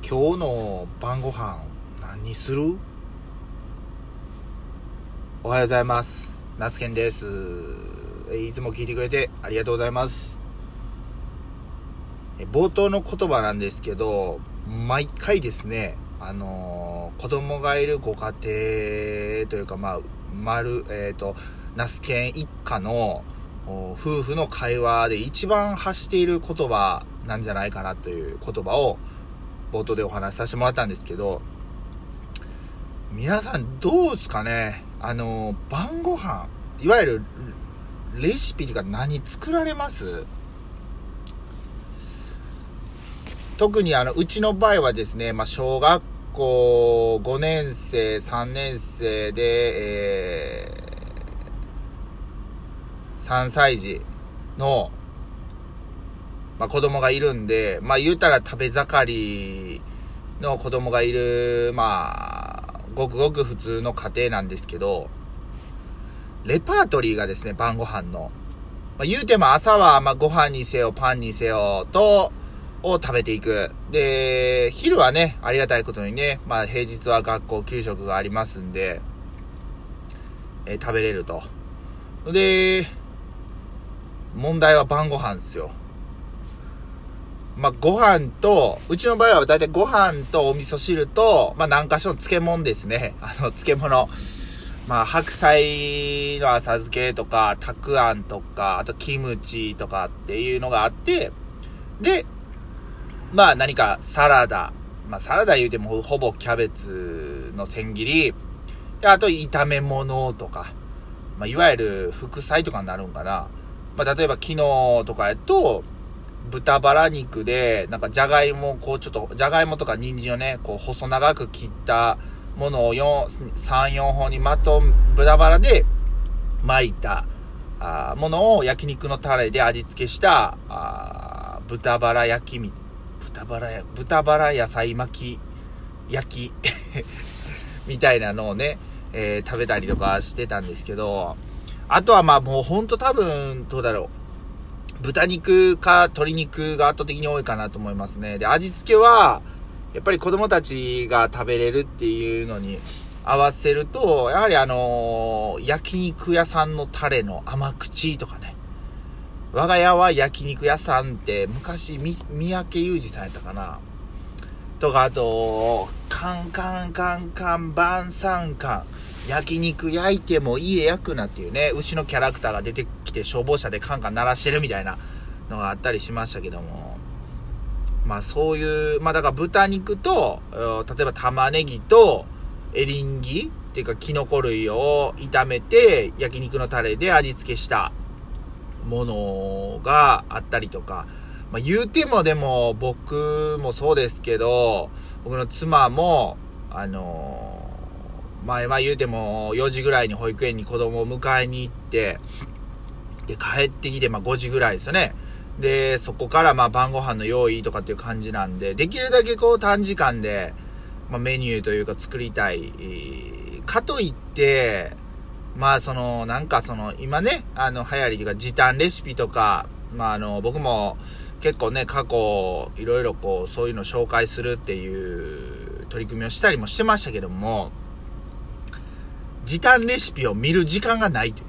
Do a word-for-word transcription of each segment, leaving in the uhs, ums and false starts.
今日の晩ご飯何にする？おはようございます。なつけんです。いつも聞いてくれてありがとうございます。冒頭の言葉なんですけど、毎回ですね、あのー、子供がいるご家庭というか、まあ、丸、えっと、那須県一家の夫婦の会話で一番発している言葉なんじゃないかなという言葉を冒頭でお話しさせてもらったんですけど、皆さんどうですかね。あの晩ご飯、いわゆるレシピとか何作られます？特にあのうちの場合はですね、まあ、小学校ごねん生さんねん生で、えー、さんさい児のまあ、子供がいるんで、まあ言うたら食べ盛りの子供がいる、まあ、ごくごく普通の家庭なんですけど、レパートリーがですね、晩ご飯の。まあ、言うても朝は、まあご飯にせよ、パンにせよ、と、を食べていく。で、昼はね、ありがたいことにね、まあ平日は学校給食がありますんで、えー、食べれると。で、問題は晩ご飯ですよ。まあ、ご飯と、うちの場合はだいたいご飯とお味噌汁と、まあ、何かしらの漬物ですね。あの、漬物。まあ、白菜の浅漬けとか、たくあんとか、あとキムチとかっていうのがあって、で、まあ、何かサラダ。まあ、サラダ言うてもほぼキャベツの千切り。で、あと炒め物とか、まあ、いわゆる副菜とかになるんかな。まあ、例えば昨日とかやと、豚バラ肉で、なんかじゃがいも、こうちょっと、じゃがいもとか人参をね、こう細長く切ったものをさん、よんほんにまと、豚バラで巻いたあものを焼肉のタレで味付けしたあ豚バラ焼きみ、豚バラや、豚バラ野菜巻き、焼き、みたいなのをね、えー、食べたりとかしてたんですけど、あとはまあもうほんと多分、どうだろう。豚肉か鶏肉が圧倒的に多いかなと思いますね。で、味付けは、やっぱり子供たちが食べれるっていうのに合わせると、やはりあのー、焼肉屋さんのタレの甘口とかね。我が家は焼肉屋さんって昔、み、三宅裕二さんやったかなとか、あと、カンカンカンカン晩餐館。焼肉焼いても家焼くなっていうね、牛のキャラクターが出てきて消防車でカンカン鳴らしてるみたいなのがあったりしましたけども、まあそういう、まあだから豚肉と、例えば玉ねぎとエリンギっていうかキノコ類を炒めて焼肉のタレで味付けしたものがあったりとか、まあ言うてもでも僕もそうですけど、僕の妻も、あのー、前は言うてもよじぐらいに保育園に子供を迎えに行って、で、帰ってきてまあごじぐらいですよね。で、そこからまあ晩ご飯の用意とかっていう感じなんで、できるだけこう短時間で、まあ、メニューというか作りたい。かといって、まあその、なんかその、今ね、あの流行りというか時短レシピとか、まああの、僕も結構ね、過去、いろいろこう、そういうのを紹介するっていう取り組みをしたりもしてましたけども、時短レシピを見る時間がないという。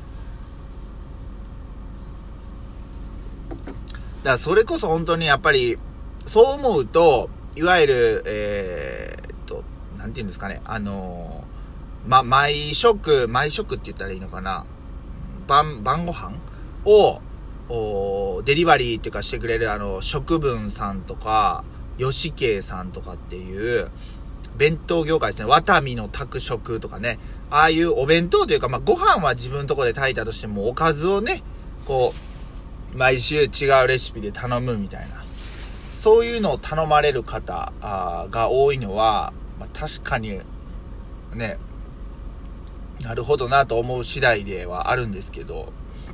だからそれこそ本当にやっぱりそう思うと、いわゆるえー、っとなんていうんですかね、あのー、ま毎食毎食って言ったらいいのかな、晩晩ご飯をデリバリーっていうかしてくれるあの食文さんとか吉慶さんとかっていう弁当業界ですね。ワタミの宅食とかね。ああいうお弁当というか、まあ、ご飯は自分のところで炊いたとしても、おかずをね、こう、毎週違うレシピで頼むみたいな。そういうのを頼まれる方が多いのは、まあ、確かに、ね、なるほどなと思う次第ではあるんですけど、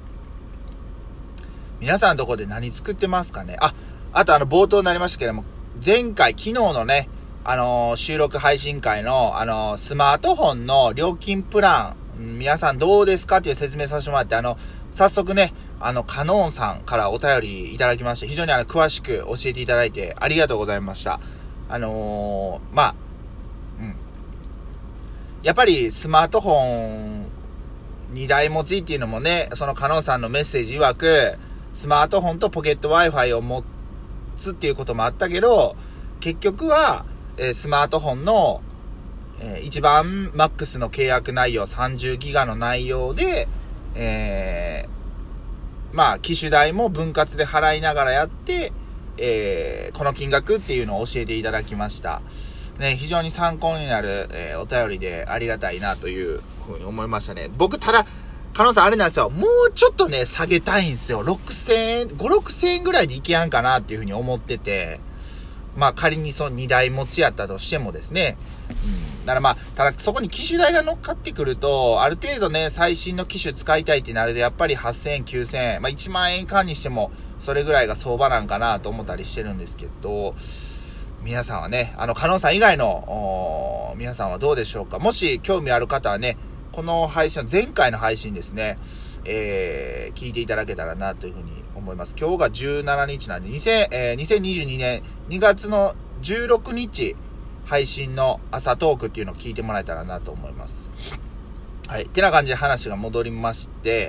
皆さんのところで何作ってますかね。あ、あとあの、冒頭になりましたけども、前回、昨日のね、あのー、収録配信会の、あのー、スマートフォンの料金プラン、皆さんどうですかっていう説明させてもらって、あの、早速ね、あの、カノーンさんからお便りいただきまして、非常にあの、詳しく教えていただいてありがとうございました。 あのー、まあ、うん。やっぱりスマートフォンにだい持ちっていうのもね、その加納さんのメッセージ曰く、スマートフォンとポケット Wi-Fi を持つっていうこともあったけど、結局は、えー、スマートフォンの、えー、一番マックスの契約内容さんじゅうギガの内容で、えー、まあ機種代も分割で払いながらやって、えー、この金額っていうのを教えていただきました。ね、非常に参考になる、えー、お便りでありがたいなというふうに思いましたね。僕ただ、加納さんあれなんですよ。もうちょっとね、下げたいんですよ。ろくせんえん、ご、ろくせんえんぐらいでいけやんかなっていうふうに思ってて。まあ仮にそのにだい持ちやったとしてもですね。うん。だからまあ、ただそこに機種代が乗っかってくると、ある程度ね、最新の機種使いたいってなると、やっぱりはっせんえん、きゅうせんえん、まあいちまんえん間にしても、それぐらいが相場なんかなと思ったりしてるんですけど、皆さんはね、あの、加納さん以外の、皆さんはどうでしょうか。もし興味ある方はね、この配信、前回の配信ですね、えー、聞いていただけたらなというふうに思います。今日がじゅうしちにちなんで、にせん、えー、にせんにじゅうにねんにがつのじゅうろくにち配信の朝トークっていうのを聞いてもらえたらなと思います。はい。ってな感じで話が戻りまして、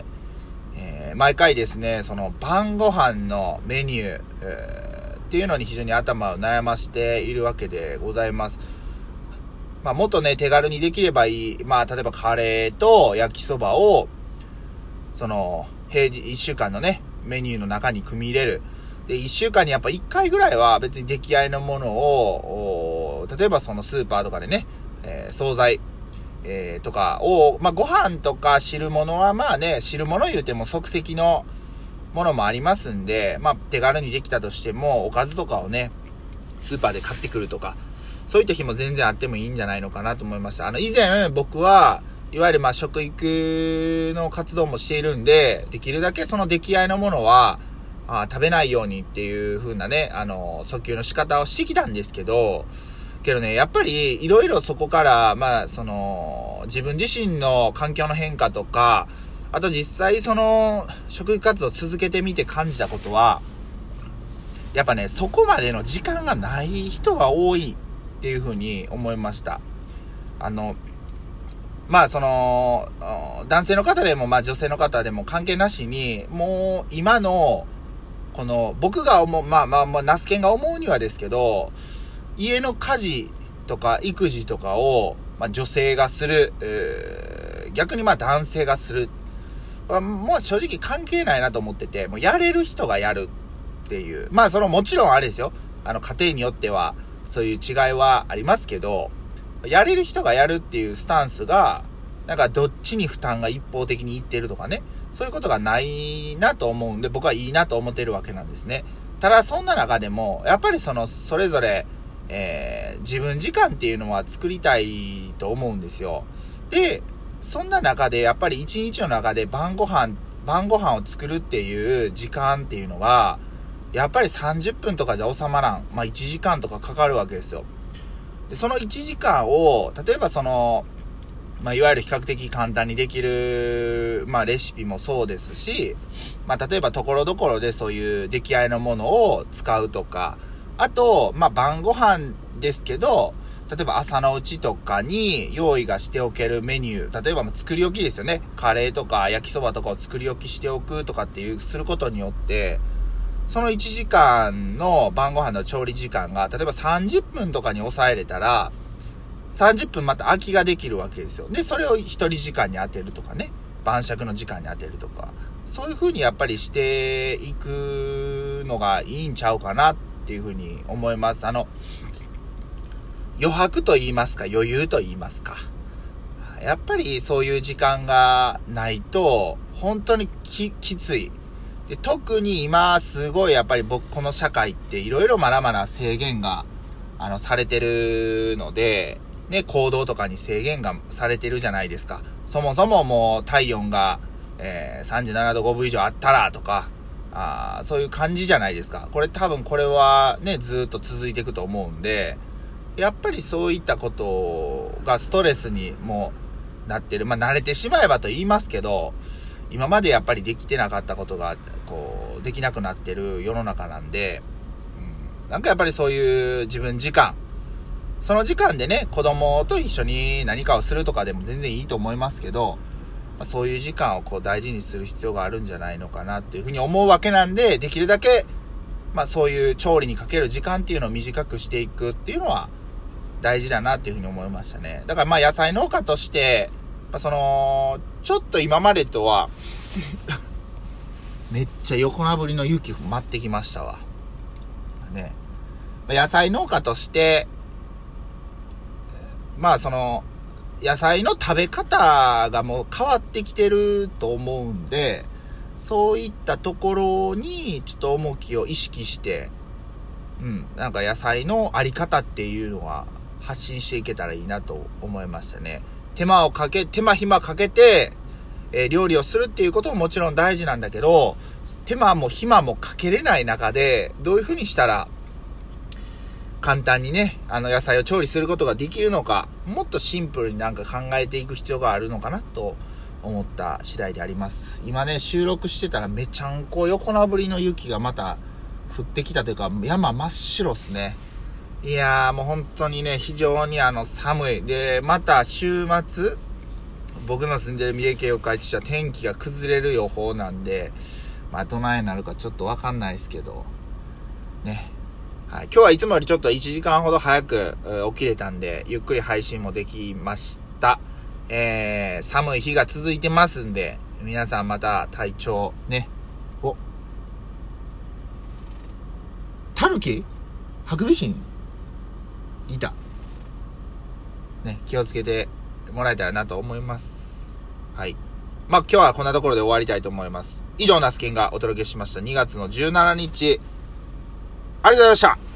えー、毎回ですね、その晩ご飯のメニュー、えーっていうのに非常に頭を悩ましているわけでございます。まあもっとね手軽にできればいい。まあ例えばカレーと焼きそばをその平日いっしゅうかんのねメニューの中に組み入れる。でいっしゅうかんにやっぱいっかいぐらいは別に出来合いのものを例えばそのスーパーとかでね、えー、惣菜、えー、とかをまあご飯とか汁物はまあね汁物言うても即席のものもありますんで、まあ手軽にできたとしてもおかずとかをねスーパーで買ってくるとかそういった日も全然あってもいいんじゃないのかなと思いました。あの以前僕はいわゆるまあ食育の活動もしているんでできるだけその出来合いのものはあ食べないようにっていう風なねあの訴求の仕方をしてきたんですけどけどねやっぱりいろいろそこからまあその自分自身の環境の変化とかあと実際その食育活動を続けてみて感じたことはやっぱねそこまでの時間がない人が多いっていう風に思いました。あのまあその男性の方でもまあ女性の方でも関係なしにもう今のこの僕が思うまあまあまあナスケンが思うにはですけど家の家事とか育児とかをまあ女性がする、えー、逆にまあ男性がするもう正直関係ないなと思ってて、もうやれる人がやるっていう。まあそのもちろんあれですよ。あの家庭によってはそういう違いはありますけど、やれる人がやるっていうスタンスが、なんかどっちに負担が一方的にいってるとかね。そういうことがないなと思うんで、僕はいいなと思ってるわけなんですね。ただそんな中でも、やっぱりその、それぞれ、えー、自分時間っていうのは作りたいと思うんですよ。で、そんな中でやっぱり一日の中で晩ご飯晩ご飯を作るっていう時間っていうのがやっぱりさんじゅっぷんとかじゃ収まらん。まあいちじかんとかかかるわけですよ。でそのいちじかんを例えばそのまあいわゆる比較的簡単にできるまあレシピもそうですし、まあ例えばところどころでそういう出来合いのものを使うとか、あとまあ晩ご飯ですけど。例えば朝のうちとかに用意がしておけるメニュー、例えば作り置きですよね。カレーとか焼きそばとかを作り置きしておくとかっていうすることによってそのいちじかんの晩ご飯の調理時間が例えばさんじゅっぷんとかに抑えれたらさんじゅっぷんまた空きができるわけですよ。でそれを一人時間に当てるとかね、晩酌の時間に当てるとか、そういう風にやっぱりしていくのがいいんちゃうかなっていう風に思います。あの余白と言いますか余裕と言いますか、やっぱりそういう時間がないと本当に き, きついで、特に今すごいやっぱり僕この社会っていろいろまだまだ制限があのされてるのでね、行動とかに制限がされてるじゃないですか。そもそももう体温が、えー、さんじゅうななどごぶ以上あったらとかあそういう感じじゃないですか。これ多分これはねずっと続いていくと思うんで、やっぱりそういったことがストレスにもなってる。まあ慣れてしまえばと言いますけど、今までやっぱりできてなかったことがこうできなくなってる世の中なんで、うん、なんかやっぱりそういう自分時間その時間でね、子供と一緒に何かをするとかでも全然いいと思いますけど、まあ、そういう時間をこう大事にする必要があるんじゃないのかなっていうふうに思うわけなんで、できるだけ、まあそういう調理にかける時間っていうのを短くしていくっていうのは大事だなっていうふうに思いましたね。だからまあ野菜農家として、まあ、その、ちょっと今までとは、めっちゃ横殴りの雪待ってきましたわ。ね。野菜農家として、まあその、野菜の食べ方がもう変わってきてると思うんで、そういったところにちょっと重きを意識して、うん、なんか野菜のあり方っていうのは発信していけたらいいなと思いましたね。手間をかけ、手間暇かけて、えー、料理をするっていうことももちろん大事なんだけど、手間も暇もかけれない中で、どういう風にしたら、簡単にね、あの野菜を調理することができるのか、もっとシンプルになんか考えていく必要があるのかなと思った次第であります。今ね、収録してたらめちゃんこ横殴りの雪がまた降ってきたというか、山真っ白っすね。いやーもう本当にね、非常にあの寒い。で、また週末、僕の住んでる三重県四日市市は天気が崩れる予報なんで、まあどないなるかちょっとわかんないですけど、ね。はい、今日はいつもよりちょっといちじかんほど早く、えー、起きれたんで、ゆっくり配信もできました。えー、寒い日が続いてますんで、皆さんまた体調ね。お、タヌキ？ハクビシンいた。ね、気をつけてもらえたらなと思います。はい。まあ、今日はこんなところで終わりたいと思います。以上、ナスケンがお届けしましたにがつのじゅうしちにち、ありがとうございました。